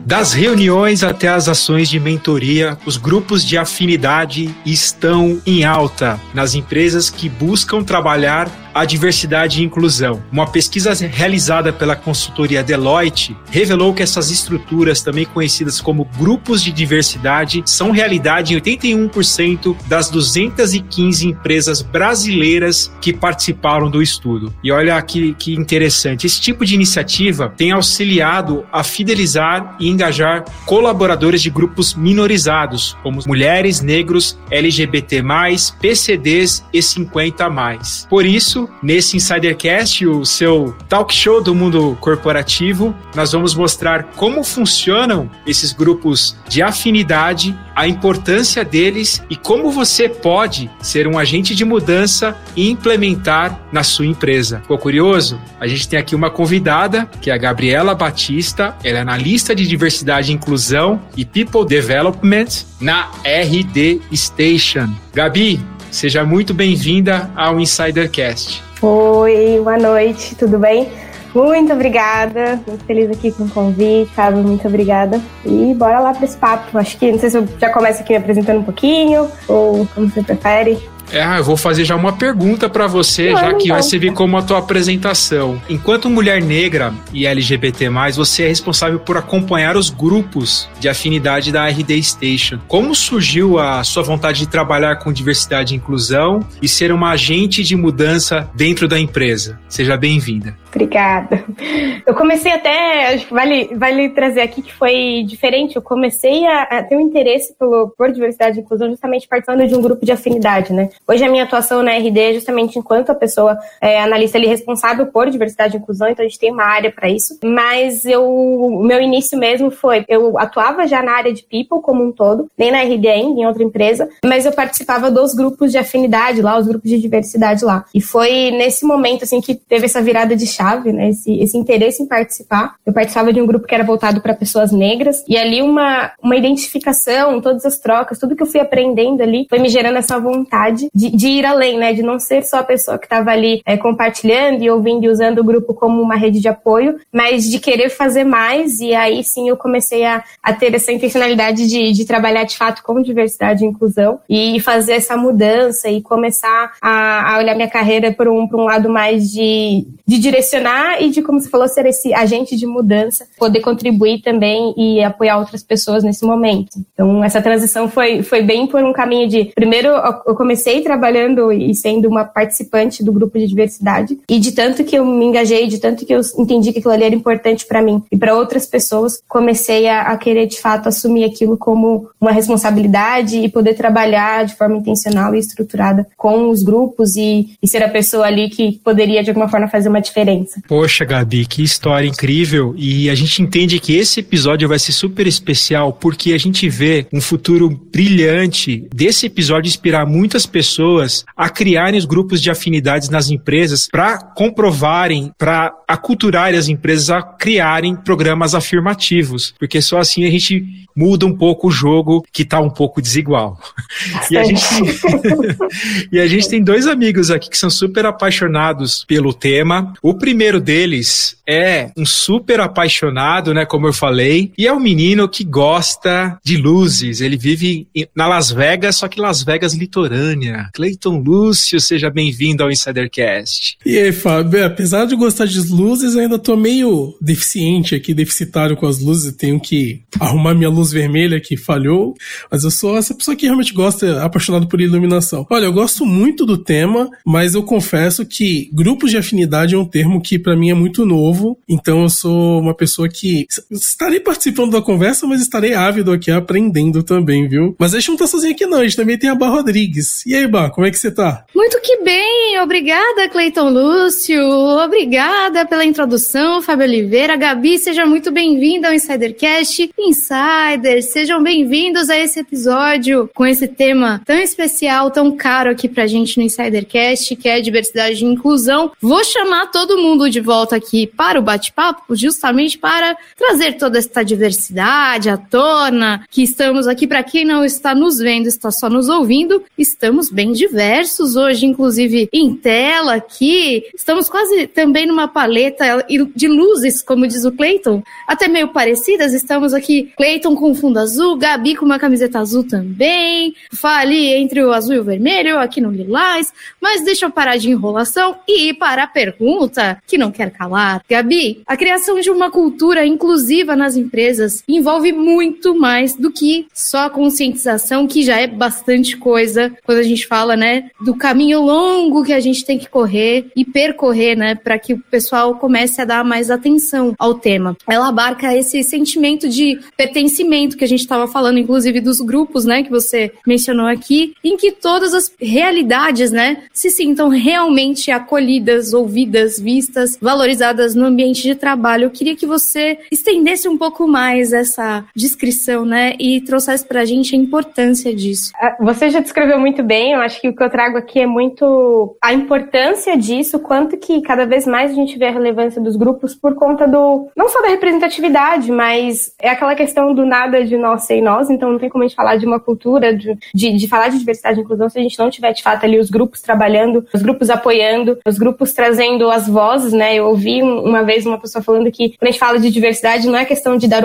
Das reuniões até as ações de mentoria, os grupos de afinidade estão em alta nas empresas que buscam trabalhar a diversidade e inclusão. Uma pesquisa realizada pela consultoria Deloitte revelou que essas estruturas, também conhecidas como grupos de diversidade, são realidade em 81% das 215 empresas brasileiras que participaram do estudo. E olha que interessante, esse tipo de iniciativa tem auxiliado a fidelizar e engajar colaboradores de grupos minorizados, como mulheres, negros, LGBT+, PCDs e 50+. Por isso, nesse Insidercast, o seu talk show do mundo corporativo, nós vamos mostrar como funcionam esses grupos de afinidade, a importância deles e como você pode ser um agente de mudança e implementar na sua empresa. Ficou curioso? A gente tem aqui uma convidada, que é a Gabriela Batista. Ela é analista de diversidade e inclusão e People Development na RD Station. Gabi, seja muito bem-vinda ao Insidercast. Oi, boa noite, tudo bem? Muito obrigada, muito feliz aqui com o convite, Fábio, muito obrigada. E bora lá para esse papo. Acho que, não sei se eu já começo aqui me apresentando um pouquinho, ou como você prefere. Eu vou fazer já uma pergunta para você, já que vai servir como a tua apresentação. Enquanto mulher negra e LGBT+, você é responsável por acompanhar os grupos de afinidade da RD Station. Como surgiu a sua vontade de trabalhar com diversidade e inclusão e ser uma agente de mudança dentro da empresa? Seja bem-vinda. Obrigada. Eu comecei até, acho que vale trazer aqui que foi diferente. Eu comecei a ter um interesse por diversidade e inclusão justamente participando de um grupo de afinidade, né? Hoje a minha atuação na RD é justamente enquanto a pessoa analista ali responsável por diversidade e inclusão, então a gente tem uma área para isso. Mas o meu início mesmo foi, eu atuava já na área de people como um todo, nem na RD ainda, em outra empresa, mas eu participava dos grupos de afinidade lá, os grupos de diversidade lá. E foi nesse momento assim que teve essa virada de chave, né? Esse interesse em participar. Eu participava de um grupo que era voltado para pessoas negras e ali uma identificação, todas as trocas, tudo que eu fui aprendendo ali foi me gerando essa vontade de ir além, né? De não ser só a pessoa que estava ali compartilhando e ouvindo e usando o grupo como uma rede de apoio, mas de querer fazer mais. E aí sim eu comecei a ter essa intencionalidade de trabalhar de fato com diversidade e inclusão e fazer essa mudança e começar a olhar minha carreira por um lado mais de direcionar e de, como você falou, ser esse agente de mudança, poder contribuir também e apoiar outras pessoas nesse momento. Então essa transição foi bem por um caminho de, primeiro eu comecei trabalhando e sendo uma participante do grupo de diversidade e de tanto que eu me engajei, de tanto que eu entendi que aquilo ali era importante para mim e para outras pessoas, comecei a querer de fato assumir aquilo como uma responsabilidade e poder trabalhar de forma intencional e estruturada com os grupos e ser a pessoa ali que poderia de alguma forma fazer uma diferença. Poxa, Gabi, que história incrível, e a gente entende que esse episódio vai ser super especial porque a gente vê um futuro brilhante desse episódio inspirar muitas pessoas a criarem os grupos de afinidades nas empresas para comprovarem, para aculturarem as empresas a criarem programas afirmativos, porque só assim a gente muda um pouco o jogo que está um pouco desigual. E a gente tem dois amigos aqui que são super apaixonados pelo tema. O primeiro deles é um super apaixonado, né, como eu falei, e é um menino que gosta de luzes. Ele vive na Las Vegas, só que Las Vegas litorânea. Cleiton Lúcio, seja bem-vindo ao Insidercast. E aí, Fábio, apesar de gostar de luzes, eu ainda tô meio deficiente aqui, deficitário com as luzes. Tenho que arrumar minha luz vermelha que falhou, mas eu sou essa pessoa que realmente gosta, apaixonado por iluminação. Olha, eu gosto muito do tema, mas eu confesso que grupos de afinidade é um termo que pra mim é muito novo, então eu sou uma pessoa que estarei participando da conversa, mas estarei ávido aqui aprendendo também, viu? Mas a gente não tá sozinho aqui não, a gente também tem a Bá Rodrigues. E aí, Bá, como é que você tá? Muito que bem, obrigada, Cleiton Lúcio, obrigada pela introdução, Fábio Oliveira. Gabi, seja muito bem-vinda ao Insidercast. Insiders, sejam bem-vindos a esse episódio com esse tema tão especial, tão caro aqui pra gente no Insidercast, que é diversidade e inclusão. Vou chamar todo mundo de volta aqui para o bate-papo, justamente para trazer toda essa diversidade à tona, que estamos aqui, para quem não está nos vendo, está só nos ouvindo, estamos bem diversos hoje, inclusive em tela aqui. Estamos quase também numa paleta de luzes, como diz o Cleiton, até meio parecidas. Estamos aqui, Cleiton com fundo azul, Gabi com uma camiseta azul também, ali entre o azul e o vermelho, eu aqui no lilás. Mas deixa eu parar de enrolação e ir para a pergunta que não quer calar. Gabi, a criação de uma cultura inclusiva nas empresas envolve muito mais do que só a conscientização, que já é bastante coisa quando a gente fala, né, do caminho longo que a gente tem que correr e percorrer, né, para que o pessoal comece a dar mais atenção ao tema. Ela abarca esse sentimento de pertencimento que a gente estava falando, inclusive dos grupos, né, que você mencionou aqui, em que todas as realidades, né, se sintam realmente acolhidas, ouvidas, vistas, valorizadas no ambiente de trabalho. Eu queria que você estendesse um pouco mais essa descrição, né, e trouxesse pra gente a importância disso. Você já descreveu muito bem, eu acho que o que eu trago aqui é muito a importância disso, quanto que cada vez mais a gente vê a relevância dos grupos por conta não só da representatividade, mas é aquela questão do nada de nós sem nós, então não tem como a gente falar de uma cultura, de falar de diversidade e inclusão se a gente não tiver de fato ali os grupos trabalhando, os grupos apoiando, os grupos trazendo as vozes, né? Eu ouvi uma vez uma pessoa falando que quando a gente fala de diversidade não é questão de dar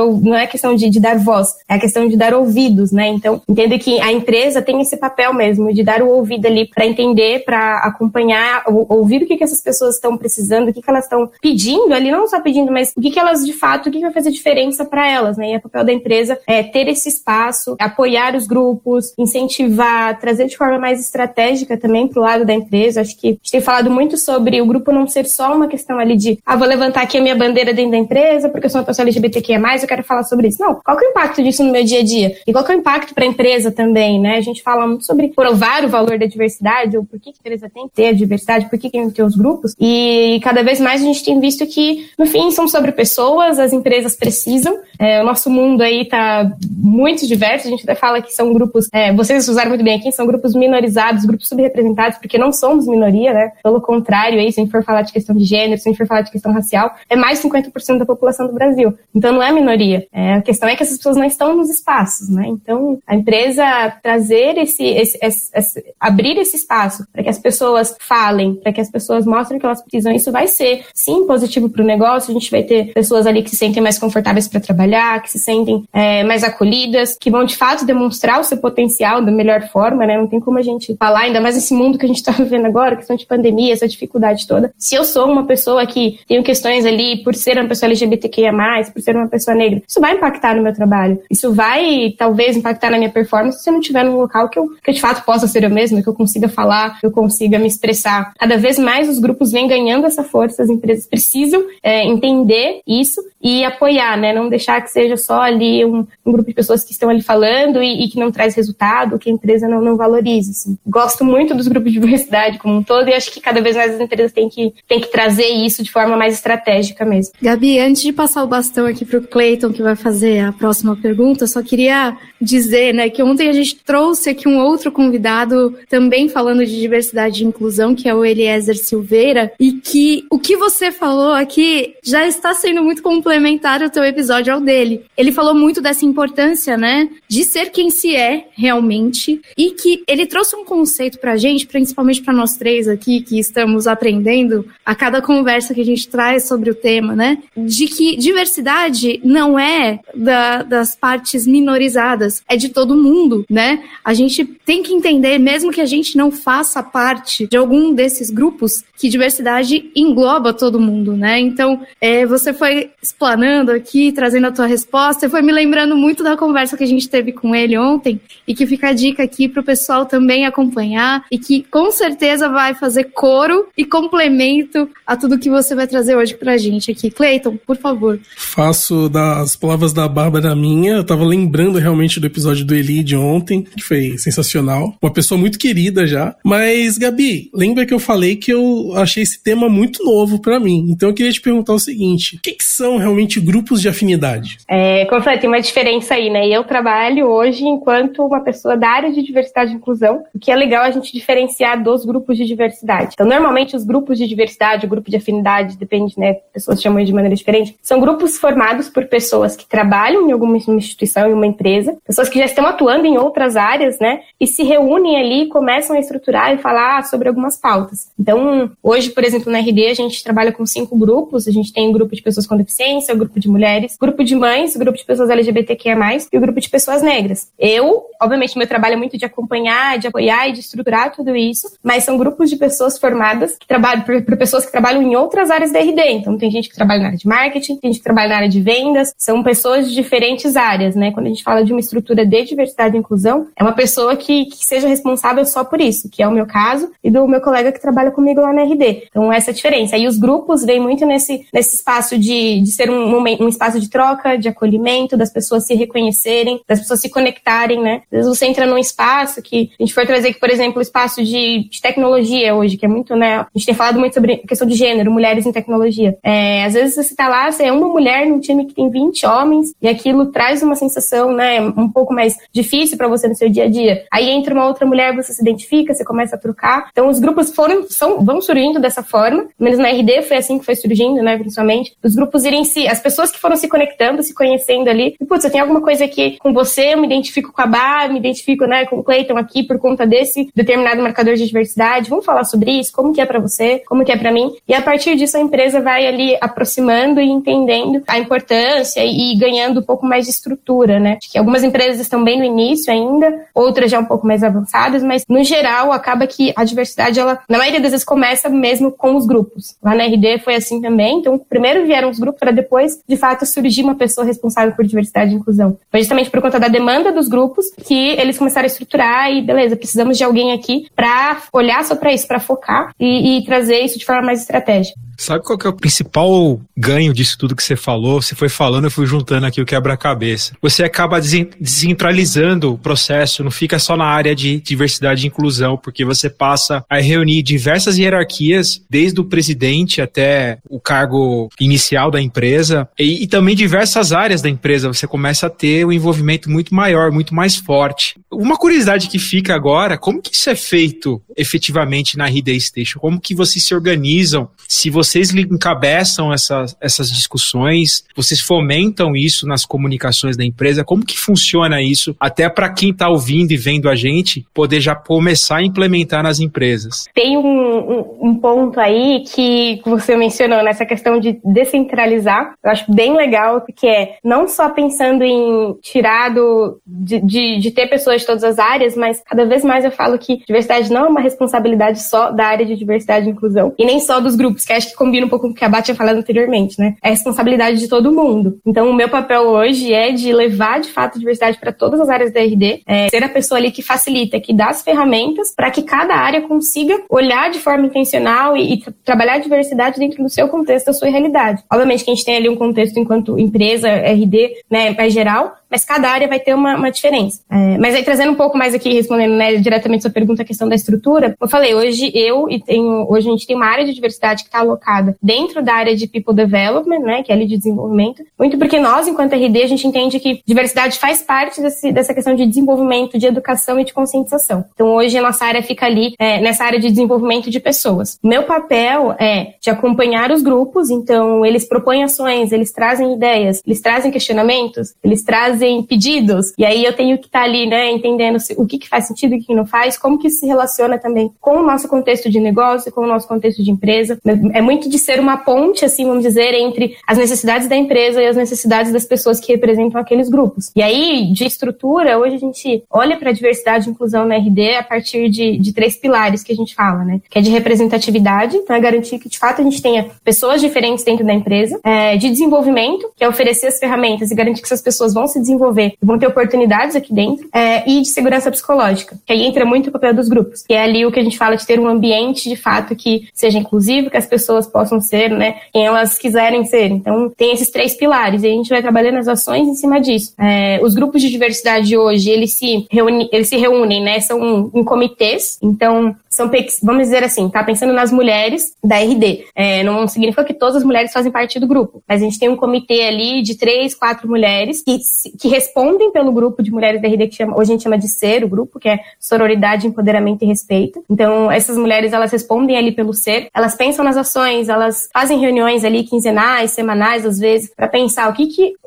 voz, é a questão de dar ouvidos, né? Então, entendo que a empresa tem esse papel mesmo de dar o ouvido ali para entender, para acompanhar, ouvir o que essas pessoas estão precisando, o que elas estão pedindo ali, não só pedindo, mas o que elas de fato, o que vai fazer diferença para elas, né? E o papel da empresa é ter esse espaço, apoiar os grupos, incentivar, trazer de forma mais estratégica também pro lado da empresa. Acho que a gente tem falado muito sobre o grupo não ser só uma questão ali de vou levantar aqui a minha bandeira dentro da empresa porque eu sou uma pessoa LGBTQIA+, eu quero falar sobre isso. Não, qual que é o impacto disso no meu dia a dia? E qual que é o impacto para a empresa também, né? A gente fala muito sobre provar o valor da diversidade, ou por que a empresa tem que ter a diversidade, por que tem que ter os grupos, e cada vez mais a gente tem visto que, no fim, são sobre pessoas, as empresas precisam, o nosso mundo aí tá muito diverso, a gente até fala que são grupos, vocês usaram muito bem aqui, são grupos minorizados, grupos subrepresentados, porque não somos minoria, né? Pelo contrário, aí, se a gente for falar de questão de gênero, se a gente for falar de questão racial, é mais de 50% da população do Brasil. Então não é minoria. A questão é que essas pessoas não estão nos espaços, né? Então a empresa trazer abrir esse espaço para que as pessoas falem, para que as pessoas mostrem que elas precisam, isso vai ser, sim, positivo para o negócio. A gente vai ter pessoas ali que se sentem mais confortáveis para trabalhar, que se sentem mais acolhidas, que vão de fato demonstrar o seu potencial da melhor forma, né? Não tem como a gente falar, ainda mais nesse mundo que a gente está vivendo agora, questão de pandemia, essa dificuldade toda. Se eu sou uma pessoa que tenho questões ali por ser uma pessoa LGBTQIA+, por ser uma pessoa negra, isso vai impactar no meu trabalho. Isso vai, talvez, impactar na minha performance se eu não estiver num local que eu de fato possa ser eu mesma, que eu consiga falar, que eu consiga me expressar. Cada vez mais os grupos vêm ganhando essa força, as empresas precisam entender isso e apoiar, né? Não deixar que seja só ali um grupo de pessoas que estão ali falando e que não traz resultado, que a empresa não valoriza. Assim. Gosto muito dos grupos de diversidade como um todo e acho que cada vez mais as empresas têm que trazer isso de forma mais estratégica mesmo. Gabi, antes de passar o bastão aqui para o Cleiton, que vai fazer a próxima pergunta, só queria dizer, né, que ontem a gente trouxe aqui um outro convidado também falando de diversidade e inclusão, que é o Eliezer Silveira, e que o que você falou aqui já está sendo muito complementar ao teu episódio ao dele. Ele falou muito dessa importância, né, de ser quem se é realmente, e que ele trouxe um conceito pra gente, principalmente para nós três aqui, que estamos aprendendo a cada conversa que a gente traz sobre o tema, né, de que diversidade não é das partes minorizadas, é de todo mundo, né? A gente tem que entender, mesmo que a gente não faça parte de algum desses grupos, que diversidade engloba todo mundo, né? Então, você foi explanando aqui, trazendo a tua resposta, foi me lembrando muito da conversa que a gente teve com ele ontem, e que fica a dica aqui pro pessoal também acompanhar, e que com certeza vai fazer coro e complemento a tudo que você vai trazer hoje pra gente aqui. Cleiton, por favor. Faço das palavras da Bárbara minha, eu tava lembrando realmente do episódio do Eli de ontem, que foi sensacional, uma pessoa muito querida já, mas Gabi, lembra que eu falei que eu achei esse tema muito novo pra mim, então eu queria te perguntar o seguinte, o que são realmente grupos de afinidade? Como eu falei, tem uma diferença aí, né, e eu trabalho hoje enquanto uma pessoa da área de diversidade e inclusão, o que é legal a gente diferenciar dos grupos de diversidade. Então, normalmente os grupos de diversidade, o grupo de afinidade, depende, né, pessoas chamam de maneira diferente, são grupos formados por pessoas que trabalham em alguma instituição, em uma empresa, pessoas que já estão atuando em outras áreas, né, e se reúnem reúnem ali, começam a estruturar e falar sobre algumas pautas. Então, hoje, por exemplo, na RD, a gente trabalha com 5 grupos. A gente tem um grupo de pessoas com deficiência, um grupo de mulheres, grupo de mães, grupo de pessoas LGBTQIA+, e o grupo de pessoas negras. Obviamente, meu trabalho é muito de acompanhar, de apoiar e de estruturar tudo isso, mas são grupos de pessoas formadas que trabalham por pessoas que trabalham em outras áreas da RD. Então, tem gente que trabalha na área de marketing, tem gente que trabalha na área de vendas, são pessoas de diferentes áreas, né? Quando a gente fala de uma estrutura de diversidade e inclusão, é uma pessoa que seja responsável só por isso, que é o meu caso e do meu colega que trabalha comigo lá na RD. Então, essa é a diferença. E os grupos vêm muito nesse espaço de ser um espaço de troca, de acolhimento, das pessoas se reconhecerem, das pessoas se conectarem, né? Às vezes você entra num espaço que a gente for trazer aqui, por exemplo, o espaço de tecnologia hoje, que é muito, né? A gente tem falado muito sobre a questão de gênero, mulheres em tecnologia. Às vezes você tá lá, você é uma mulher num time que tem 20 homens e aquilo traz uma sensação, né, um pouco mais difícil para você no seu dia a dia. Aí entra uma outra mulher, você se identifica, você começa a trocar. Então os grupos vão surgindo dessa forma, menos na RD foi assim que foi surgindo, né, principalmente. Os grupos as pessoas que foram se conectando, se conhecendo ali. E, putz, eu tenho alguma coisa aqui com você, eu me identifico com a Bá, me identifico, né, com o Cleiton aqui por conta desse determinado marcador de diversidade. Vamos falar sobre isso? Como que é para você? Como que é para mim? E a partir disso a empresa vai ali aproximando e entendendo a importância e ganhando um pouco mais de estrutura, né? Acho que algumas empresas estão bem no início ainda, outras já um pouco mais avançadas, mas no geral acaba que a diversidade, ela, na maioria das vezes, começa mesmo com os grupos. Lá na RD foi assim também, então primeiro vieram os grupos para depois, de fato, surgir uma pessoa responsável por diversidade e inclusão. Foi justamente por conta da demanda dos grupos que eles começaram a estruturar e, beleza, precisamos de alguém aqui para olhar só para isso, para focar e trazer isso de forma mais estratégica. Sabe qual que é o principal ganho disso tudo que você falou? Você foi falando, eu fui juntando aqui o quebra-cabeça. Você acaba descentralizando o processo, não fica só na área de diversidade e inclusão, porque você passa a reunir diversas hierarquias, desde o presidente até o cargo inicial da empresa, e também diversas áreas da empresa. Você começa a ter um envolvimento muito maior, muito mais forte. Uma curiosidade que fica agora, como que isso é feito efetivamente na RD Station? Como que vocês se organizam? Se vocês encabeçam essas discussões, vocês fomentam isso nas comunicações da empresa, como que funciona isso? Até para quem está ouvindo e vendo a gente, poder já começar a implementar nas empresas. Tem um ponto aí que você mencionou, nessa questão de descentralizar. Eu acho bem legal, porque é não só pensando em tirar de ter pessoas de todas as áreas, mas cada vez mais eu falo que diversidade não é uma responsabilidade só da área de diversidade e inclusão, e nem só dos grupos, que acho que combina um pouco com o que a Bá tinha falado anteriormente, né? É a responsabilidade de todo mundo. Então, o meu papel hoje é de levar, de fato, a diversidade para todas as áreas da RD, ser a pessoa ali que facilita, que dá as ferramentas para que cada área consiga olhar de forma intencional e trabalhar a diversidade dentro do seu contexto, da sua realidade. Obviamente que a gente tem ali um contexto enquanto empresa, RD, né, mais geral, mas cada área vai ter uma diferença. Mas aí, trazendo um pouco mais aqui, respondendo, né, diretamente sua pergunta, a questão da estrutura, como eu falei, hoje a gente tem uma área de diversidade que está alocada dentro da área de People Development, né, que é ali de desenvolvimento, muito porque nós, enquanto RD, a gente entende que diversidade faz parte dessa questão de desenvolvimento, de educação e de conscientização. Então, hoje a nossa área fica ali nessa área de desenvolvimento de pessoas. Meu papel é de acompanhar os grupos, então eles propõem ações, eles trazem ideias, eles trazem questionamentos, eles trazem pedidos, e aí eu tenho que estar ali, né, entendendo o que faz sentido e o que não faz, como que isso se relaciona também com o nosso contexto de negócio, com o nosso contexto de empresa. É muito de ser uma ponte, assim, vamos dizer, entre as necessidades da empresa e as necessidades das pessoas que representam aqueles grupos. E aí, de estrutura, hoje a gente olha para a diversidade e inclusão na RD a partir de 3 pilares que a gente fala, né, que é de representatividade, então é garantir que, de fato, a gente tenha pessoas diferentes dentro da empresa, de desenvolvimento, que é oferecer as ferramentas e garantir que essas pessoas vão se desenvolver, vão ter oportunidades aqui dentro, e de segurança psicológica, que aí entra muito o papel dos grupos, que é ali o que a gente fala de ter um ambiente, de fato, que seja inclusivo, que as pessoas possam ser, né, quem elas quiserem ser. Então, tem esses 3 pilares, e a gente vai trabalhando as ações em cima disso. Os grupos de diversidade hoje, eles se reúnem, né, são em comitês, então vamos dizer assim, tá pensando nas mulheres da RD. Não significa que todas as mulheres fazem parte do grupo, mas a gente tem um comitê ali de 3, 4 mulheres que respondem pelo grupo de mulheres da RD, que hoje a gente chama de SER, o grupo, que é Sororidade, Empoderamento e Respeito. Então, essas mulheres, elas respondem ali pelo SER, elas pensam nas ações, elas fazem reuniões ali quinzenais, semanais, às vezes, para pensar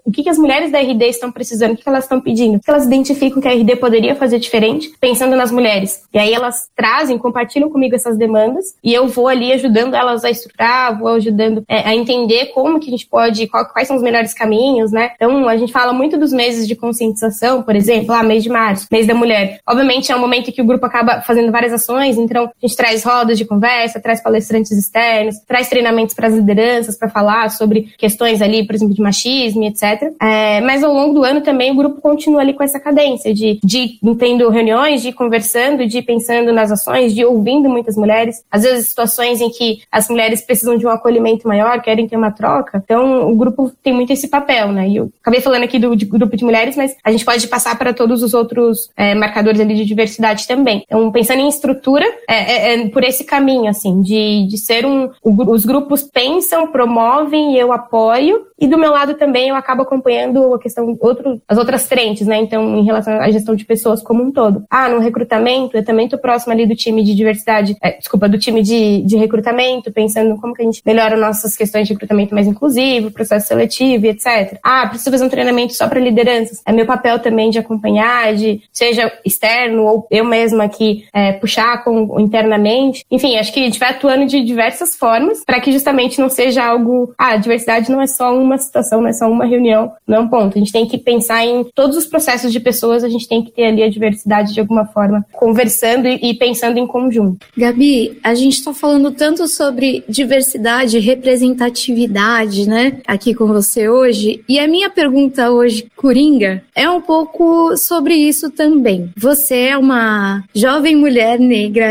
o que as mulheres da RD estão precisando, o que elas estão pedindo, o que elas identificam que a RD poderia fazer diferente, pensando nas mulheres. E aí elas trazem, compartilham comigo essas demandas, e eu vou ali ajudando elas a estruturar, vou ajudando a entender como que a gente pode, quais são os melhores caminhos, né? Então, a gente fala muito dos meses de conscientização, por exemplo, mês de março, mês da mulher. Obviamente, é um momento que o grupo acaba fazendo várias ações, então a gente traz rodas de conversa, traz palestrantes externos, traz treinamentos para as lideranças para falar sobre questões ali, por exemplo, de machismo, etc. Mas ao longo do ano também o grupo continua ali com essa cadência de tendo reuniões, de ir conversando, de ir pensando nas ações, de ouvindo muitas mulheres. Às vezes situações em que as mulheres precisam de um acolhimento maior, querem ter uma troca. Então o grupo tem muito esse papel, né? E eu acabei falando aqui do grupo de mulheres, mas a gente pode passar para todos os outros marcadores ali de diversidade também. Então, pensando em estrutura, por esse caminho, assim, de ser os grupos pensam, promovem e eu apoio. E do meu lado também eu acabo acompanhando a questão, as outras frentes, né? Então, em relação à gestão de pessoas como um todo. No recrutamento, eu também tô próxima ali do time de diversidade, do time de recrutamento, pensando como que a gente melhora nossas questões de recrutamento mais inclusivo, processo seletivo, etc. Preciso fazer um treinamento só para lideranças. É meu papel também de acompanhar, seja externo ou eu mesma aqui puxar internamente. Enfim, acho que a gente vai atuando de diversas formas para que justamente não seja algo, a diversidade não é só uma situação, não é só uma reunião, não é um ponto. A gente tem que pensar em todos os processos de pessoas, a gente tem que ter ali a diversidade de alguma forma, conversando e pensando em conjunto. Gabi, a gente está falando tanto sobre diversidade, representatividade, né, aqui com você hoje, e a minha pergunta hoje, Coringa, é um pouco sobre isso também. Você é uma jovem mulher negra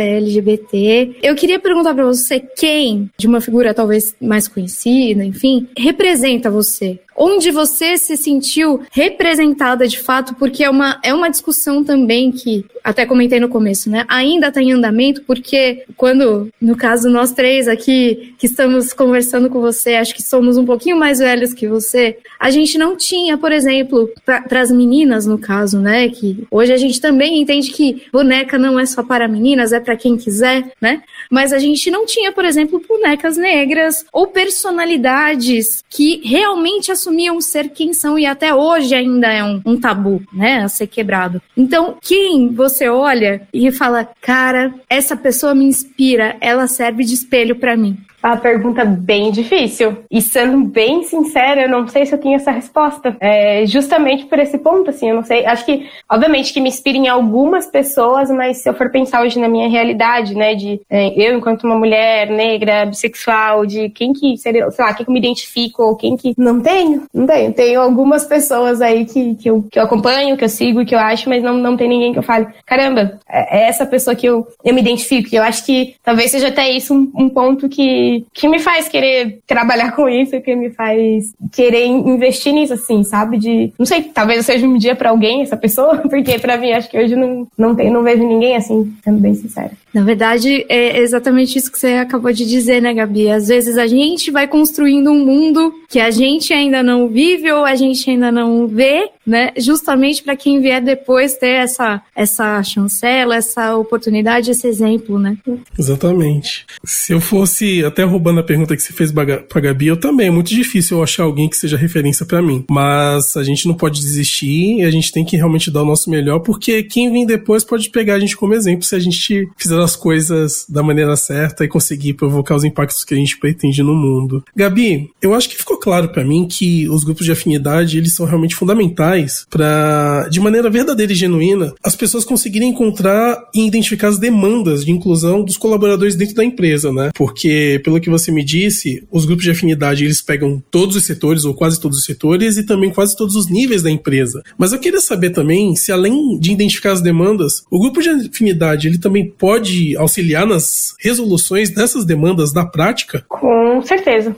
LGBT. Eu queria perguntar para você quem, de uma figura talvez mais conhecida, enfim, representa você? Onde você se sentiu representada de fato, porque é uma discussão também que, até comentei no começo, né? Ainda está em andamento, porque quando, no caso, nós três aqui, que estamos conversando com você, acho que somos um pouquinho mais velhos que você, a gente não tinha, por exemplo, para as meninas, no caso, né? Que hoje a gente também entende que boneca não é só para meninas, é para quem quiser, né? Mas a gente não tinha, por exemplo, bonecas negras ou personalidades que realmente assumiam ser quem são, e até hoje ainda é um tabu, né, a ser quebrado. Então, quem você olha e fala, cara, essa pessoa me inspira, ela serve de espelho pra mim? Uma pergunta bem difícil. E sendo bem sincera, eu não sei se eu tenho essa resposta. Justamente por esse ponto, assim, eu não sei. Acho que, obviamente, que me inspira em algumas pessoas, mas se eu for pensar hoje na minha realidade, né, de eu enquanto uma mulher negra, bissexual, de quem que seria, sei lá, quem que eu me identifico, ou quem que... Não tenho. Tenho algumas pessoas aí que eu acompanho, que eu sigo, que eu acho, mas não tem ninguém que eu fale, caramba, é essa pessoa que eu me identifico. E eu acho que talvez seja até isso um ponto que me faz querer trabalhar com isso, que me faz querer investir nisso, assim, sabe? Não sei, talvez eu seja um dia pra alguém, essa pessoa, porque pra mim, acho que hoje não vejo ninguém assim, sendo bem sincera. Na verdade, é exatamente isso que você acabou de dizer, né, Gabi? Às vezes a gente vai construindo um mundo que a gente ainda não vive ou a gente ainda não vê, né? Justamente para quem vier depois ter essa chancela, essa oportunidade, esse exemplo, né? Exatamente. Se eu fosse, até roubando a pergunta que você fez pra Gabi, eu também, é muito difícil eu achar alguém que seja referência pra mim. Mas a gente não pode desistir e a gente tem que realmente dar o nosso melhor, porque quem vem depois pode pegar a gente como exemplo se a gente fizer as coisas da maneira certa e conseguir provocar os impactos que a gente pretende no mundo. Gabi, eu acho que ficou claro pra mim que os grupos de afinidade, eles são realmente fundamentais para, de maneira verdadeira e genuína, as pessoas conseguirem encontrar e identificar as demandas de inclusão dos colaboradores dentro da empresa, né? Porque, pelo que você me disse, os grupos de afinidade, eles pegam todos os setores, ou quase todos os setores, e também quase todos os níveis da empresa. Mas eu queria saber também se, além de identificar as demandas, o grupo de afinidade, ele também pode auxiliar nas resoluções dessas demandas na prática? Com certeza.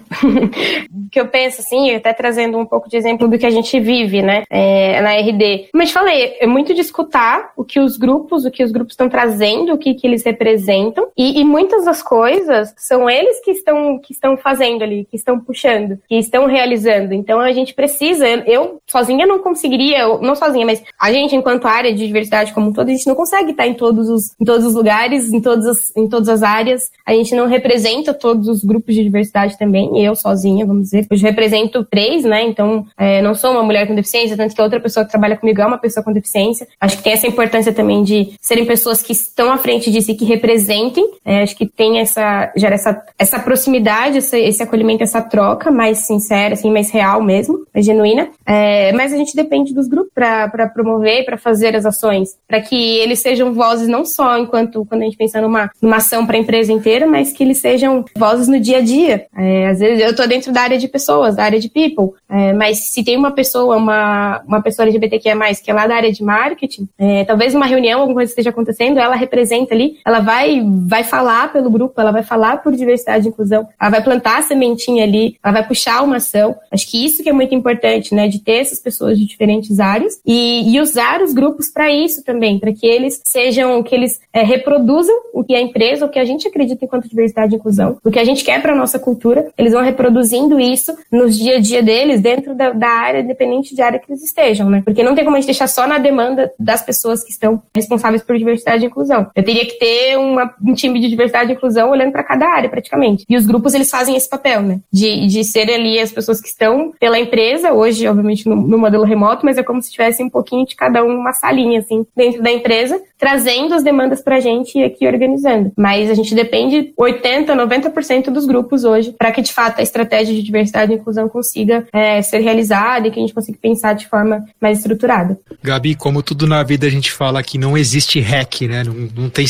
O que eu penso, assim, até trazendo um pouco de exemplo do que a gente vive, né, na RD. Como eu te falei, é muito de escutar o que os grupos estão trazendo, o que eles representam, e muitas das coisas são eles que estão fazendo ali, que estão puxando, que estão realizando. Então a gente precisa, eu sozinha não conseguiria, não sozinha, mas a gente, enquanto área de diversidade como um todo, a gente não consegue estar em todos os lugares, em todas as áreas. A gente não representa todos os grupos de diversidade também, eu sozinha, vamos dizer. Hoje eu represento 3, né? Então, não sou uma mulher com deficiência, tanto que a outra pessoa que trabalha comigo é uma pessoa com deficiência. Acho que tem essa importância também de serem pessoas que estão à frente disso e que representem. Acho que tem gera essa proximidade, esse acolhimento, essa troca mais sincera, assim, mais real mesmo, mais genuína. Mas a gente depende dos grupos para promover, para fazer as ações, para que eles sejam vozes não só quando a gente pensa numa ação para a empresa inteira, mas que eles sejam vozes no dia a dia. Às vezes eu estou dentro da área de pessoas, da área de people, mas se tem uma pessoa LGBTQIA+, que é lá da área de marketing, talvez numa reunião, alguma coisa esteja acontecendo, ela representa ali, ela vai falar pelo grupo, ela vai falar por diversidade e inclusão, ela vai plantar a sementinha ali, ela vai puxar uma ação. Acho que isso que é muito importante, né, de ter essas pessoas de diferentes áreas e usar os grupos para isso também, para que eles reproduzam o que a empresa, o que a gente acredita enquanto diversidade e inclusão, o que a gente quer para a nossa cultura, eles vão reproduzindo isso nos dia a dia deles, dentro da área, independente de área que eles estejam, né? Porque não tem como a gente deixar só na demanda das pessoas que estão responsáveis por diversidade e inclusão. Eu teria que ter um time de diversidade e inclusão olhando para cada área, praticamente. E os grupos, eles fazem esse papel, né? De ser ali as pessoas que estão pela empresa, hoje, obviamente, no modelo remoto, mas é como se tivesse um pouquinho de cada um, uma salinha, assim, dentro da empresa, trazendo as demandas pra gente e aqui organizando. Mas a gente depende 80%, 90% dos grupos hoje para que, de fato, a estratégia de diversidade e inclusão consiga ser realizada e que a gente consiga pensar de forma mais estruturada. Gabi, como tudo na vida a gente fala que não existe hack, né? Não tem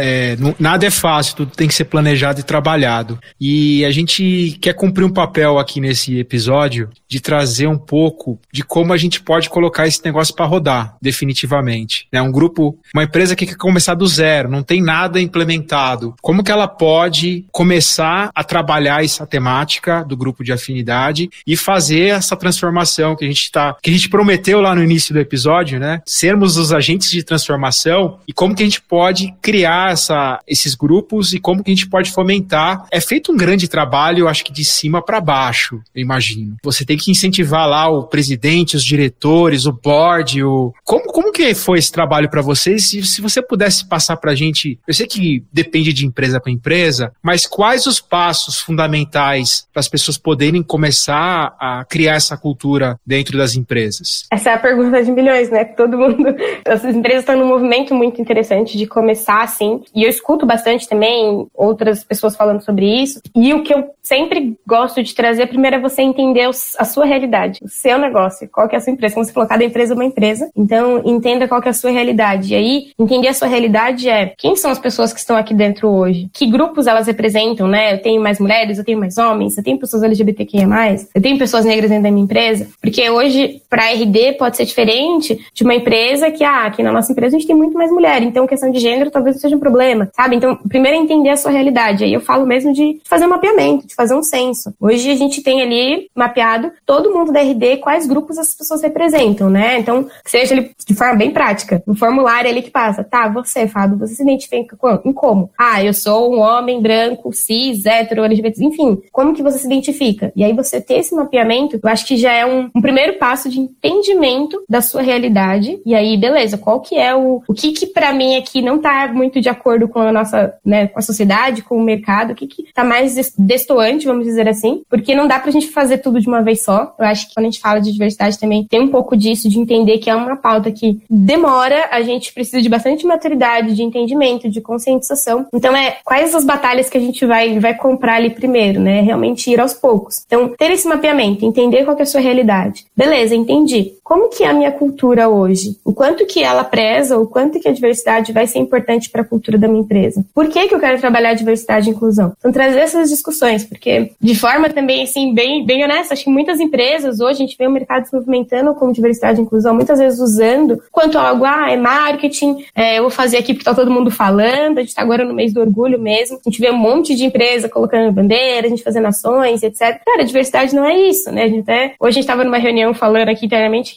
nada é fácil, tudo tem que ser planejado e trabalhado. E a gente quer cumprir um papel aqui nesse episódio de trazer um pouco de como a gente pode colocar esse negócio para rodar, definitivamente. Um grupo, uma empresa que quer começar do zero, não tem nada implementado. Como que ela pode começar a trabalhar essa temática do grupo de afinidade e fazer essa transformação que a gente prometeu lá no início do episódio, né? Sermos os agentes de transformação e como que a gente pode criar esses grupos e como que a gente pode fomentar. É feito um grande trabalho, eu acho que de cima para baixo, eu imagino. Você tem que incentivar lá o presidente, os diretores, o board, Como que foi esse trabalho para vocês? Se você pudesse passar pra gente, eu sei que depende de empresa para empresa, mas quais os passos fundamentais para as pessoas poderem começar a criar essa cultura dentro das empresas? Essa é a pergunta de milhões, né? Todo mundo... As empresas estão num movimento muito interessante de começar assim, e eu escuto bastante também outras pessoas falando sobre isso, e o que eu sempre gosto de trazer, primeiro é você entender a sua realidade, o seu negócio, qual que é a sua empresa. Como você falou, cada empresa é uma empresa, então entenda qual que é a sua realidade. E aí, entender a sua realidade quem são as pessoas que estão aqui dentro hoje? Que grupos elas representam, né? Eu tenho mais mulheres, eu tenho mais homens, eu tenho pessoas LGBTQIA+, eu tenho pessoas negras dentro da minha empresa. Porque hoje, para RD, pode ser diferente de uma empresa que, aqui na nossa empresa a gente tem muito mais mulher, então questão de gênero talvez não seja um problema, sabe? Então, primeiro é entender a sua realidade. Aí eu falo mesmo de fazer um mapeamento, de fazer um censo. Hoje a gente tem ali mapeado todo mundo da RD, quais grupos as pessoas representam, né? Então, que seja ali de forma bem prática, um formulário ali que passa, você, Fábio, você se identifica em como? Eu sou um homem branco, cis, hétero, LGBT, enfim, como que você se identifica? E aí você ter esse mapeamento, eu acho que já é um primeiro passo de entendimento da sua realidade, e aí, beleza, qual que é o que pra mim aqui não tá muito de acordo com a nossa, né, com a sociedade, com o mercado, o que tá mais destoante, vamos dizer assim, porque não dá pra gente fazer tudo de uma vez só. Eu acho que quando a gente fala de diversidade também tem um pouco disso, de entender que é uma pauta que demora, a gente precisa de bastante maturidade, de entendimento, de conscientização. Então, quais as batalhas que a gente vai comprar ali primeiro, né? Realmente ir aos poucos. Então, ter esse mapeamento, entender qual que é a sua realidade. Beleza, entendi. Como que é a minha cultura hoje? O quanto que ela preza, o quanto que a diversidade vai ser importante para a cultura da minha empresa? Por que eu quero trabalhar diversidade e inclusão? Então, trazer essas discussões, porque de forma também, assim, bem honesta, acho que muitas empresas hoje, a gente vê o mercado se movimentando com diversidade e inclusão, muitas vezes usando quanto algo, é marketing, eu vou fazer aqui porque tá todo mundo falando, a gente tá agora no mês do orgulho mesmo, a gente vê um monte de empresa colocando bandeira, a gente fazendo ações, etc. Cara, a diversidade não é isso, né? Hoje a gente tava numa reunião falando aqui internamente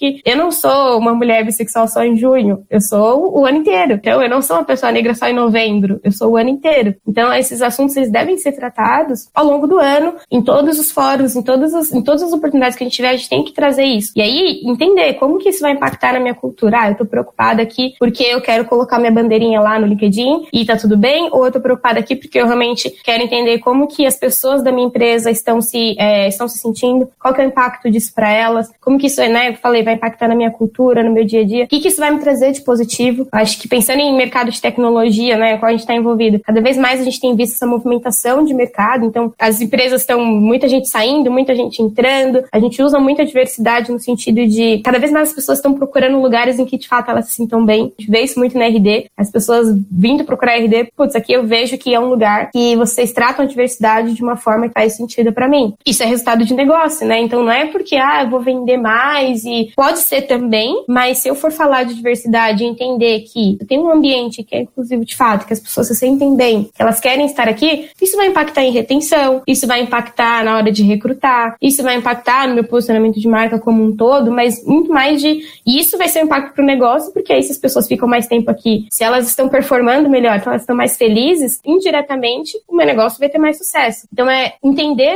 que eu não sou uma mulher bissexual só em junho, eu sou o ano inteiro. Então, eu não sou uma pessoa negra só em novembro, eu sou o ano inteiro. Então, esses assuntos eles devem ser tratados ao longo do ano, em todos os fóruns, em todas as oportunidades que a gente tiver, a gente tem que trazer isso. E aí, entender como que isso vai impactar na minha cultura. Eu tô preocupada aqui porque eu quero colocar minha bandeirinha lá no LinkedIn e tá tudo bem, ou eu tô preocupada aqui porque eu realmente quero entender como que as pessoas da minha empresa estão se sentindo, qual que é o impacto disso para elas, como que isso, né, eu falei, vai impactar na minha cultura, no meu dia a dia, o que isso vai me trazer de positivo. Acho que pensando em mercado de tecnologia, né, qual a gente está envolvido, cada vez mais a gente tem visto essa movimentação de mercado, então as empresas estão, muita gente saindo, muita gente entrando, a gente usa muita diversidade no sentido de, cada vez mais as pessoas estão procurando lugares em que de fato elas se sintam bem. A gente vê isso muito na RD, as pessoas vindo procurar RD, putz, aqui eu vejo que é um lugar que vocês tratam a diversidade de uma forma que faz sentido pra mim. Isso é resultado de negócio, né? Então não é porque, eu vou vender mais e pode ser também, mas se eu for falar de diversidade e entender que eu tenho um ambiente que é inclusivo de fato, que as pessoas se sentem bem, que elas querem estar aqui, isso vai impactar em retenção, isso vai impactar na hora de recrutar, isso vai impactar no meu posicionamento de marca como um todo, mas muito mais de... E isso vai ser um impacto pro negócio, porque aí se as pessoas ficam mais tempo aqui, se elas estão performando melhor, se elas estão mais felizes, indiretamente o meu negócio vai ter mais sucesso. Então é entender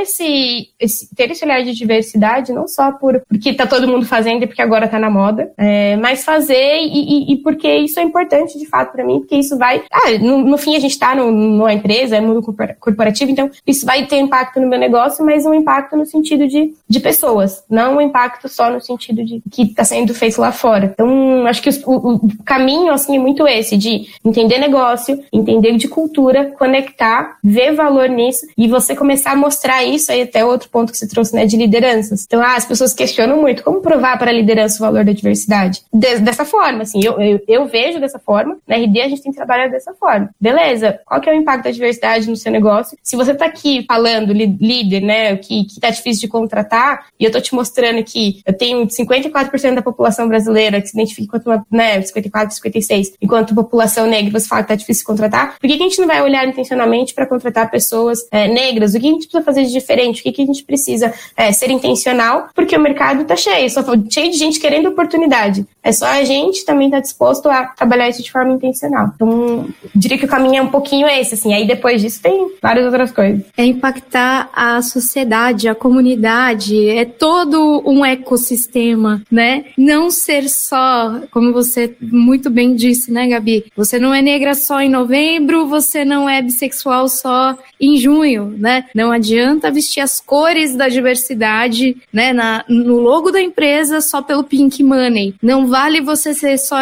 ter esse olhar de diversidade, não só porque tá todo mundo fazendo e porque agora tá na moda, mas fazer e porque isso é importante de fato pra mim, porque isso vai... no fim a gente tá numa empresa, é mundo corporativo, então isso vai ter impacto no meu negócio, mas um impacto no sentido de pessoas, não um impacto só no sentido de que tá sendo feito lá fora. Então acho que o caminho assim é muito esse, de entender negócio, entender de cultura, conectar, ver valor nisso e você começar a mostrar isso, aí até outro ponto que você trouxe, né, de lideranças. Então, as pessoas questionam muito, como provar para a liderança o valor da diversidade? Dessa forma, assim, eu vejo dessa forma, na RD a gente tem que trabalhar dessa forma. Beleza, qual que é o impacto da diversidade no seu negócio? Se você tá aqui falando, líder, né, que tá difícil de contratar, e eu tô te mostrando que eu tenho 54% da população brasileira que se identifica enquanto uma, né, 54, 56, enquanto população negra, você fala que tá difícil de contratar, por que a gente não vai olhar intencionalmente para contratar pessoas negras? O que a gente precisa fazer de diferente? O que a gente precisa ser intencional? Porque o mercado tá cheio de gente querendo oportunidade. É só a gente também tá disposto a trabalhar isso de forma intencional. Então, diria que o caminho é um pouquinho esse, assim. Aí depois disso tem várias outras coisas. É impactar a sociedade, a comunidade, é todo um ecossistema, né? Não ser só, como você muito bem disse, né, Gabi? Você não é negra só em novembro, você não é bissexual só em junho, né? Não adianta vestir as cores da diversidade, né, no logo da empresa só pelo pink money. Não vale você ser só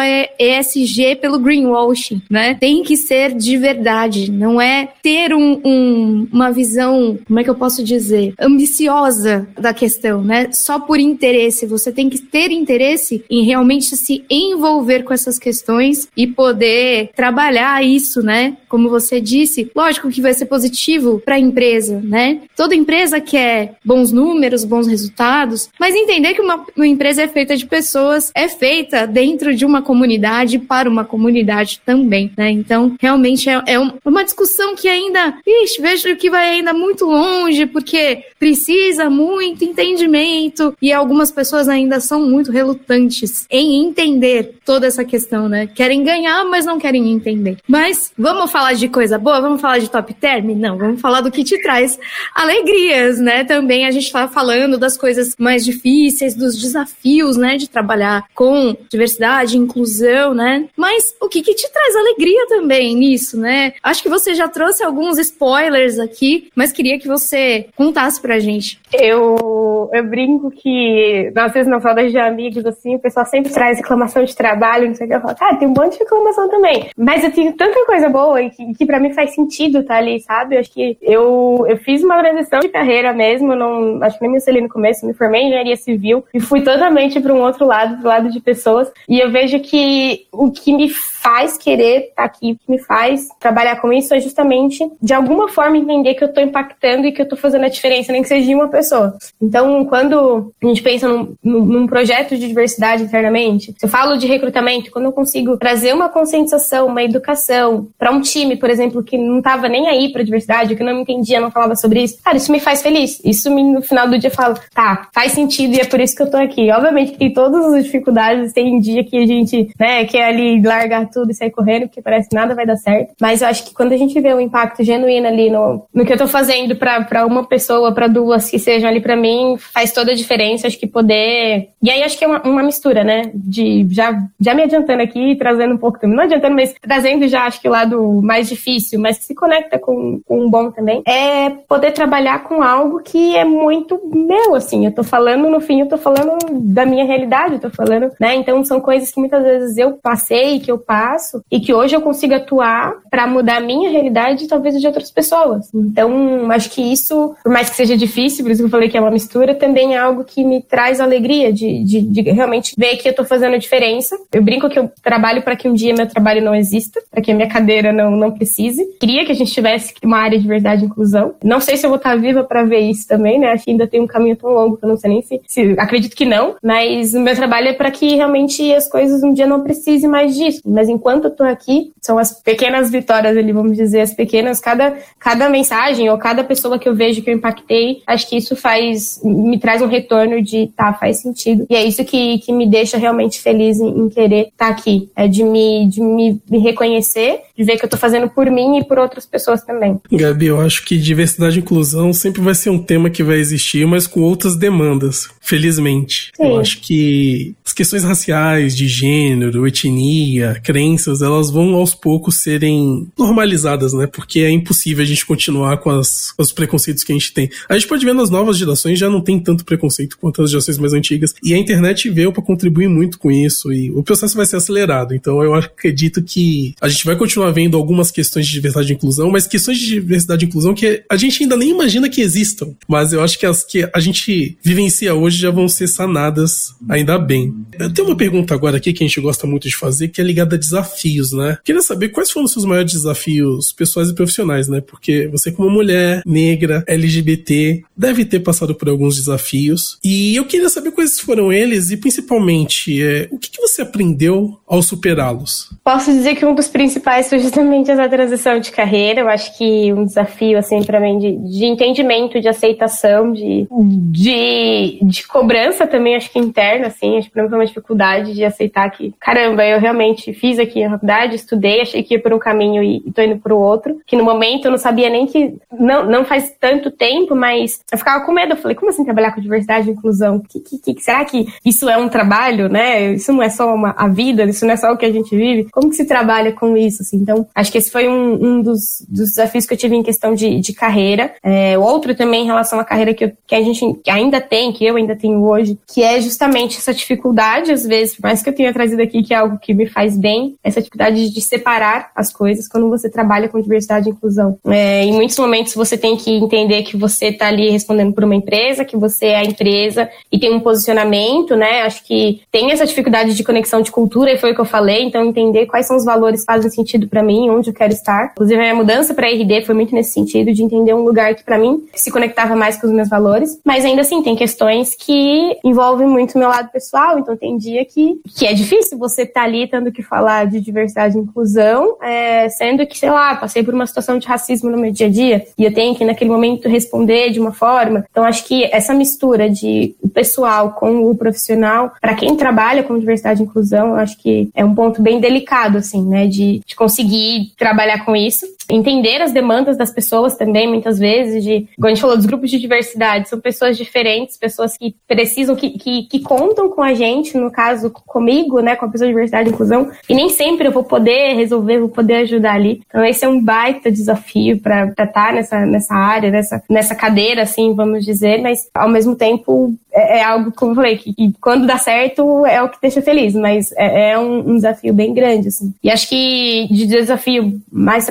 ESG pelo greenwashing, né? Tem que ser de verdade. Não é ter uma visão, como é que eu posso dizer, ambiciosa da questão, né? Só por interesse. Você tem que ter interesse em realmente se envolver com essas questões e poder trabalhar isso, né? Como você disse, lógico que vai ser positivo para a empresa, né? Toda empresa quer bons números, bons resultados, mas entender que uma empresa é feita de pessoas, é feita dentro de uma comunidade, para uma comunidade também, né? Então, realmente é uma discussão que ainda, vejo que vai ainda muito longe, porque precisa muito entendimento e algumas pessoas ainda são muito relutantes em entender toda essa questão, né? Querem ganhar, mas não querem entender. Mas vamos falar de coisa boa? Vamos falar de top term? Não, vamos falar do que te traz alegrias, né? Também a gente tá falando das coisas mais difíceis, dos desafios, né? De trabalhar com diversidade, inclusão, né? Mas o que te traz alegria também nisso, né? Acho que você já trouxe alguns spoilers aqui, mas queria que você contasse pra gente. Eu brinco que, às vezes, nas rodas de amigos, assim, o pessoal sempre traz reclamação de trabalho, não sei o que, eu falo, cara, tem um monte de reclamação também. Mas eu tenho tanta coisa boa e que pra mim faz sentido tá ali, sabe? Eu acho que eu fiz uma transição de carreira mesmo, acho que nem me inseri no começo, me formei em engenharia civil e fui totalmente para um outro lado, pro lado de pessoas. E eu vejo que o que me faz querer estar aqui, o que me faz trabalhar com isso é justamente, de alguma forma, entender que eu tô impactando e que eu tô fazendo a diferença, nem que seja de uma pessoa. Então, quando a gente pensa num projeto de diversidade internamente, se eu falo de recrutamento, quando eu consigo trazer uma conscientização, uma educação para um time, por exemplo, que não tava nem aí pra diversidade, que não me entendia, não falava sobre isso, cara, isso me faz feliz. Isso no final do dia eu falo, tá, faz sentido e é por isso que eu tô aqui. Obviamente que tem todas as dificuldades, tem dia que a gente, né, quer ali largar tudo e sair correndo, porque parece que nada vai dar certo. Mas eu acho que quando a gente vê o impacto genuíno ali no que eu tô fazendo pra uma pessoa, pra duas que sejam ali pra mim, faz toda a diferença. Acho que poder... E aí acho que é uma mistura, né, de já me adiantando aqui, trazendo um pouco também, não adiantando, mas trazendo já, acho que o lado mais difícil, mas que se conecta com um bom também, é poder trabalhar com algo que é muito meu, assim. Eu tô falando, no fim, eu tô falando da minha realidade, eu tô falando, né? Então são coisas que muitas vezes eu passei, que eu passo, e que hoje eu consigo atuar pra mudar a minha realidade e talvez de outras pessoas. Então, acho que isso, por mais que seja difícil, por isso que eu falei que é uma mistura, também é algo que me traz alegria de realmente ver que eu tô fazendo a diferença. Eu brinco que eu trabalho para que um dia meu trabalho não exista, para que a minha cadeira não precise. Queria que a gente tivesse uma área de diversidade e inclusão. Não sei se eu vou estar viva para ver isso também, né? Acho que ainda tem um caminho tão longo que eu não sei nem se acredito que não, mas o meu trabalho é para que realmente as coisas um dia não precisem mais disso. Mas enquanto eu tô aqui, são as pequenas vitórias ali, vamos dizer, as pequenas, cada mensagem ou cada pessoa que eu vejo que eu impactei, acho que isso me traz um retorno de, tá, faz sentido. E é isso que me deixa realmente feliz em querer estar aqui. É de me reconhecer, de ver que eu tô fazendo por mim e por outras pessoas também. Gabi, eu acho que diversidade e inclusão sempre vai ser um tema que vai existir, mas com outras demandas, felizmente. Sim. Eu acho que as questões raciais, de gênero, etnia, crenças, elas vão aos poucos serem normalizadas, né? Porque é impossível a gente continuar com os preconceitos que a gente tem. A gente pode ver nas novas gerações já não tem tanto preconceito quanto as gerações mais antigas, e a internet veio para contribuir muito com isso, e o processo vai ser acelerado. Então eu acredito que a gente vai continuar vendo algumas questões de diversidade e inclusão, mas questões de diversidade e inclusão que a gente ainda nem imagina que existam, mas eu acho que as que a gente vivencia hoje já vão ser sanadas, ainda bem. Eu tenho uma pergunta agora aqui que a gente gosta muito de fazer, que é ligada a desafios, né? Queria saber quais foram os seus maiores desafios pessoais e profissionais, né? Porque você, como mulher negra, LGBT, deve ter passado por alguns desafios, e eu queria saber quais foram eles e, principalmente, o que você aprendeu ao superá-los? Posso dizer que um dos principais foi justamente essa transição de carreira. Eu acho que um desafio, assim, pra mim, de entendimento, de aceitação, de cobrança também, acho que interna, assim. Acho que foi uma dificuldade de aceitar que, caramba, eu realmente fiz aqui a faculdade, estudei, achei que ia por um caminho e tô indo pro outro. Que no momento eu não sabia nem que... Não faz tanto tempo, mas eu ficava com medo. Eu falei, como assim trabalhar com diversidade e inclusão? Será que isso é um trabalho, né? Isso não é só a vida, isso não é só o que a gente vive? Como que se trabalha com isso, assim? Então, acho que esse foi um dos desafios que eu tive em questão de carreira. Outro também em relação à carreira que a gente ainda tem, que eu ainda tenho hoje, que é justamente essa dificuldade, às vezes, por mais que eu tenha trazido aqui, que é algo que me faz bem, essa dificuldade de separar as coisas quando você trabalha com diversidade e inclusão. Em muitos momentos você tem que entender que você está ali respondendo por uma empresa, que você é a empresa e tem um posicionamento, né? Acho que tem essa dificuldade de conexão de cultura, e foi o que eu falei, então entender quais são os valores que fazem sentido para mim, onde eu quero estar. Inclusive, a minha mudança para a RD foi muito nesse sentido, de entender um lugar que para mim se conectava mais com os meus valores, mas ainda assim, tem questões que envolvem muito o meu lado pessoal, então tem dia que é difícil você estar ali tendo que falar de diversidade e inclusão, sendo que, sei lá, passei por uma situação de racismo no meu dia a dia, e eu tenho que naquele momento responder de uma forma. Então acho que essa mistura de o pessoal com o profissional, para quem trabalha com diversidade e inclusão, eu acho que é um ponto bem delicado, assim, né, de conseguir trabalhar com isso. Entender as demandas das pessoas também, muitas vezes, como a gente falou, dos grupos de diversidade, são pessoas diferentes, pessoas que precisam, que contam com a gente, no caso, comigo, né, com a pessoa de diversidade e inclusão, e nem sempre eu vou poder resolver, vou poder ajudar ali. Então esse é um baita desafio para estar nessa área, nessa cadeira, assim, vamos dizer, mas ao mesmo tempo é algo, como eu falei, que quando dá certo é o que deixa feliz, mas é um desafio bem grande, assim. E acho que de desafio, mais trazendo pro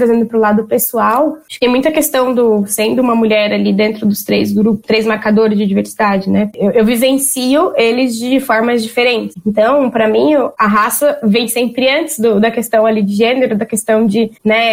lado pessoal, acho que tem muita questão do sendo uma mulher ali dentro dos 3 grupos, 3 marcadores de diversidade, né? Eu vivencio eles de formas diferentes. Então, para mim, a raça vem sempre antes da questão ali de gênero, da questão de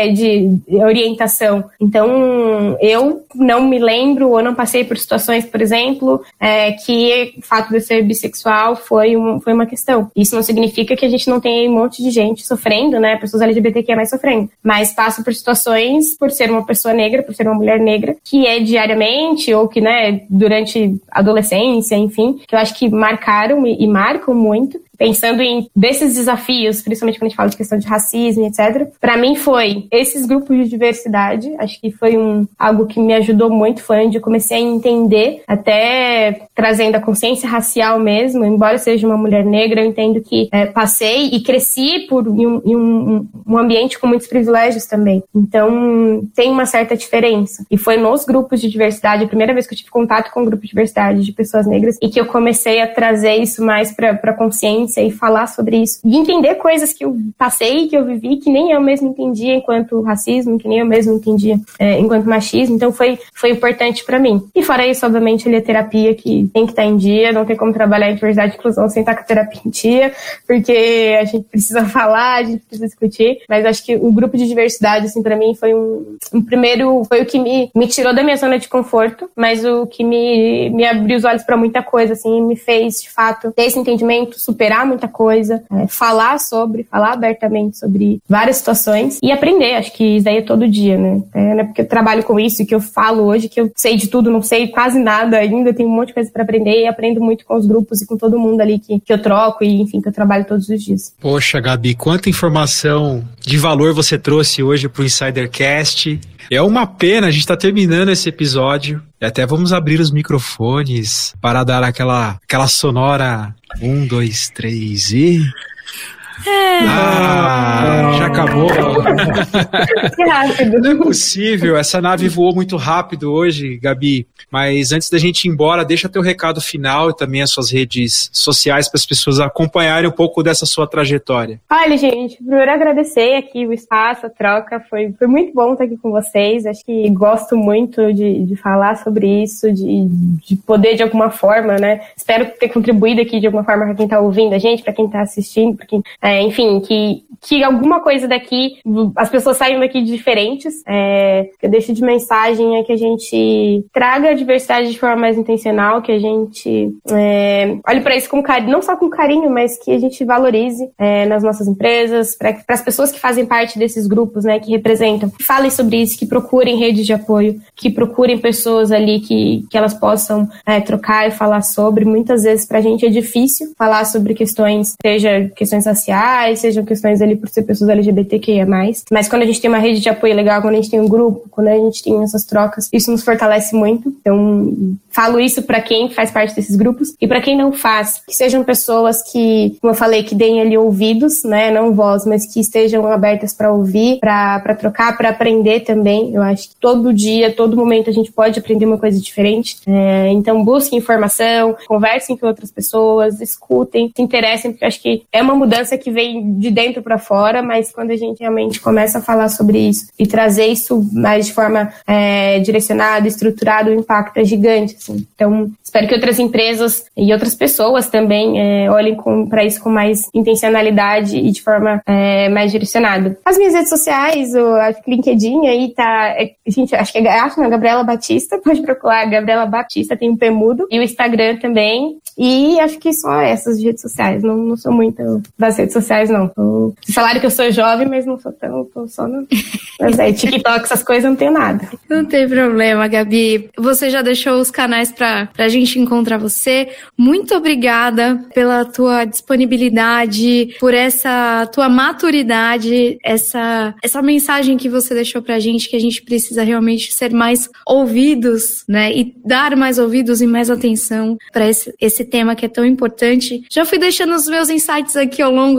orientação. Então, eu não me lembro ou não passei por situações, por exemplo, que o fato de eu ser bissexual foi uma questão. Isso não significa que a gente não tenha um monte de gente sofrendo, né? Pessoas LGBTQIA+ sofrendo. Mas passo por situações, por ser uma pessoa negra, por ser uma mulher negra, que é diariamente ou que, né, durante a adolescência, enfim, que eu acho que marcaram e marcam muito. Pensando desses desafios, principalmente quando a gente fala de questão de racismo, etc. Para mim foi esses grupos de diversidade, acho que foi algo que me ajudou muito, foi onde eu comecei a entender, até trazendo a consciência racial mesmo, embora eu seja uma mulher negra, eu entendo que passei e cresci em um ambiente com muitos privilégios também. Então, tem uma certa diferença. E foi nos grupos de diversidade, a primeira vez que eu tive contato com um grupo de diversidade de pessoas negras, e que eu comecei a trazer isso mais para consciência e falar sobre isso. E entender coisas que eu passei, que eu vivi, que nem eu mesmo entendia enquanto racismo, que nem eu mesmo entendia enquanto machismo. Então foi importante pra mim. E fora isso, obviamente, a terapia que tem que estar em dia, não tem como trabalhar em diversidade e inclusão sem estar com a terapia em dia, porque a gente precisa falar, a gente precisa discutir. Mas acho que o grupo de diversidade, assim, pra mim foi um primeiro, foi o que me tirou da minha zona de conforto, mas o que me abriu os olhos pra muita coisa, assim, me fez, de fato, ter esse entendimento, superar muita coisa, falar abertamente sobre várias situações e aprender. Acho que isso daí é todo dia, né? Não é porque eu trabalho com isso e que eu falo hoje que eu sei de tudo, não sei quase nada ainda, tenho um monte de coisa pra aprender e aprendo muito com os grupos e com todo mundo ali que eu troco e, enfim, que eu trabalho todos os dias. Poxa, Gabi, quanta informação de valor você trouxe hoje pro Insidercast. É uma pena, a gente tá terminando esse episódio e até vamos abrir os microfones para dar aquela sonora 1, 2, 3 e... já acabou. Que rápido. Não é possível, essa nave voou muito rápido hoje, Gabi. Mas antes da gente ir embora, deixa teu recado final e também as suas redes sociais para as pessoas acompanharem um pouco dessa sua trajetória. Olha, gente, primeiro agradecer aqui o espaço, a troca, foi muito bom estar aqui com vocês. Acho que gosto muito de falar sobre isso, de poder de alguma forma, né? Espero ter contribuído aqui de alguma forma para quem está ouvindo a gente, para quem está assistindo, para quem enfim, que alguma coisa daqui, as pessoas saiam daqui diferentes. Que eu deixo de mensagem é que a gente traga a diversidade de forma mais intencional, que a gente olhe para isso com carinho, não só com carinho, mas que a gente valorize nas nossas empresas, para as pessoas que fazem parte desses grupos, né, que representam, que falem sobre isso, que procurem redes de apoio, que procurem pessoas ali que elas possam trocar e falar sobre. Muitas vezes pra gente é difícil falar sobre questões, seja questões raciais, sejam questões ali por ser pessoas LGBTQIA+. Mas quando a gente tem uma rede de apoio legal, quando a gente tem um grupo, quando a gente tem essas trocas, isso nos fortalece muito. Então, falo isso pra quem faz parte desses grupos e pra quem não faz, que sejam pessoas que, como eu falei, que deem ali ouvidos, né, não voz, mas que estejam abertas pra ouvir, pra trocar, pra aprender também. Eu acho que todo dia, todo momento a gente pode aprender uma coisa diferente. Então, busquem informação, conversem com outras pessoas, escutem, se interessem, porque eu acho que é uma mudança que vem de dentro para fora, mas quando a gente realmente começa a falar sobre isso e trazer isso mais de forma direcionada, estruturada, o impacto é gigante, assim. Então, espero que outras empresas e outras pessoas também olhem para isso com mais intencionalidade e de forma mais direcionada. As minhas redes sociais, o LinkedIn aí tá... gente, acho que é Gabriela Batista, pode procurar Gabriela Batista, tem um P mudo, e o Instagram também. E acho que só essas redes sociais, não sou muito das redes sociais, não. Falaram que eu sou jovem, mas não sou tão, tô só no... Mas TikTok, essas coisas, não tenho nada. Não tem problema, Gabi. Você já deixou os canais pra gente encontrar você. Muito obrigada pela tua disponibilidade, por essa tua maturidade, essa mensagem que você deixou pra gente, que a gente precisa realmente ser mais ouvidos, né? E dar mais ouvidos e mais atenção pra esse tema que é tão importante. Já fui deixando os meus insights aqui ao longo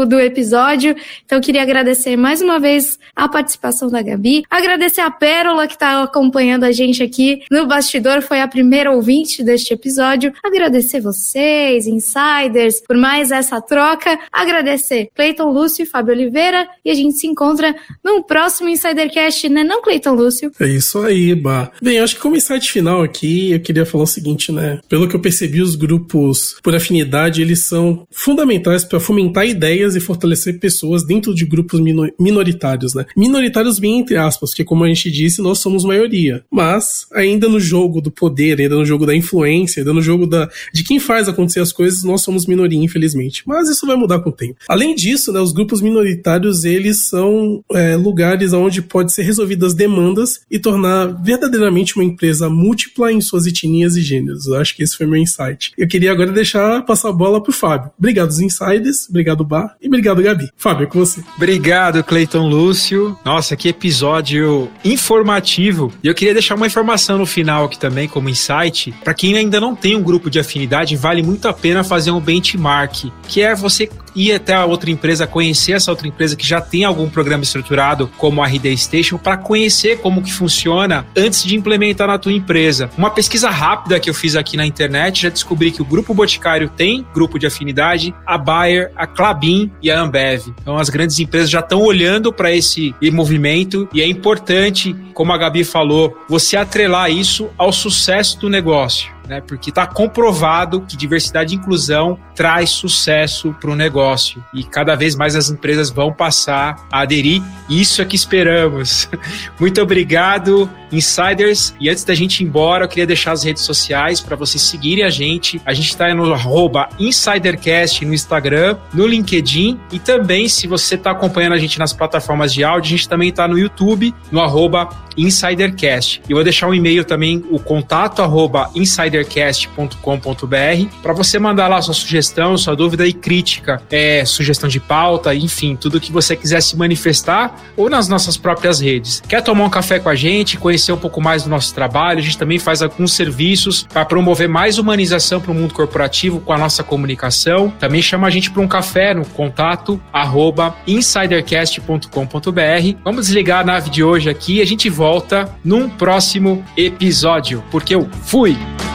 longo do episódio. Então, eu queria agradecer mais uma vez a participação da Gabi, agradecer a Pérola, que está acompanhando a gente aqui no bastidor, foi a primeira ouvinte deste episódio. Agradecer vocês, insiders, por mais essa troca. Agradecer Cleiton Lúcio e Fábio Oliveira. E a gente se encontra no próximo Insidercast, né, não, Cleiton Lúcio? É isso aí, Bah. Bem, eu acho que como insight final aqui, eu queria falar o seguinte, né? Pelo que eu percebi, os grupos por afinidade, eles são fundamentais para fomentar ideias e fortalecer pessoas dentro de grupos minoritários, né? Minoritários bem entre aspas, porque como a gente disse, nós somos maioria. Mas, ainda no jogo do poder, ainda no jogo da influência, ainda no jogo de quem faz acontecer as coisas, nós somos minoria, infelizmente. Mas isso vai mudar com o tempo. Além disso, né, os grupos minoritários, eles são lugares onde pode ser resolvidas demandas e tornar verdadeiramente uma empresa múltipla em suas etnias e gêneros. Eu acho que esse foi meu insight. Eu queria agora passar a bola pro Fábio. Obrigado, os insiders, obrigado, Bah, e obrigado, Gabi. Fábio, é com você. Obrigado, Cleiton Lúcio. Nossa, que episódio informativo. E eu queria deixar uma informação no final aqui também, como insight. Para quem ainda não tem um grupo de afinidade, vale muito a pena fazer um benchmark, que é você ir até a outra empresa, conhecer essa outra empresa que já tem algum programa estruturado, como a RD Station, para conhecer como que funciona antes de implementar na tua empresa. Uma pesquisa rápida que eu fiz aqui na internet, já descobri que o Grupo Boticário tem grupo de afinidade, a Bayer, a Klabin e a Ambev. Então as grandes empresas já estão olhando para esse movimento e é importante, como a Gabi falou, você atrelar isso ao sucesso do negócio. Porque está comprovado que diversidade e inclusão traz sucesso para o negócio e cada vez mais as empresas vão passar a aderir. Isso é que esperamos. Muito obrigado, insiders. E antes da gente ir embora, eu queria deixar as redes sociais para vocês seguirem a gente. A gente está no @InsiderCast no Instagram, no LinkedIn e também, se você está acompanhando a gente nas plataformas de áudio, a gente também está no YouTube, no @InsiderCast. E eu vou deixar um e-mail também, o contato @insidercast.com.br, para você mandar lá sua sugestão, sua dúvida e crítica, sugestão de pauta, enfim, tudo que você quiser se manifestar ou nas nossas próprias redes. Quer tomar um café com a gente, conhecer um pouco mais do nosso trabalho? A gente também faz alguns serviços para promover mais humanização para o mundo corporativo com a nossa comunicação. Também chama a gente para um café no contato @insidercast.com.br. Vamos desligar a nave de hoje aqui e a gente volta num próximo episódio, porque eu fui!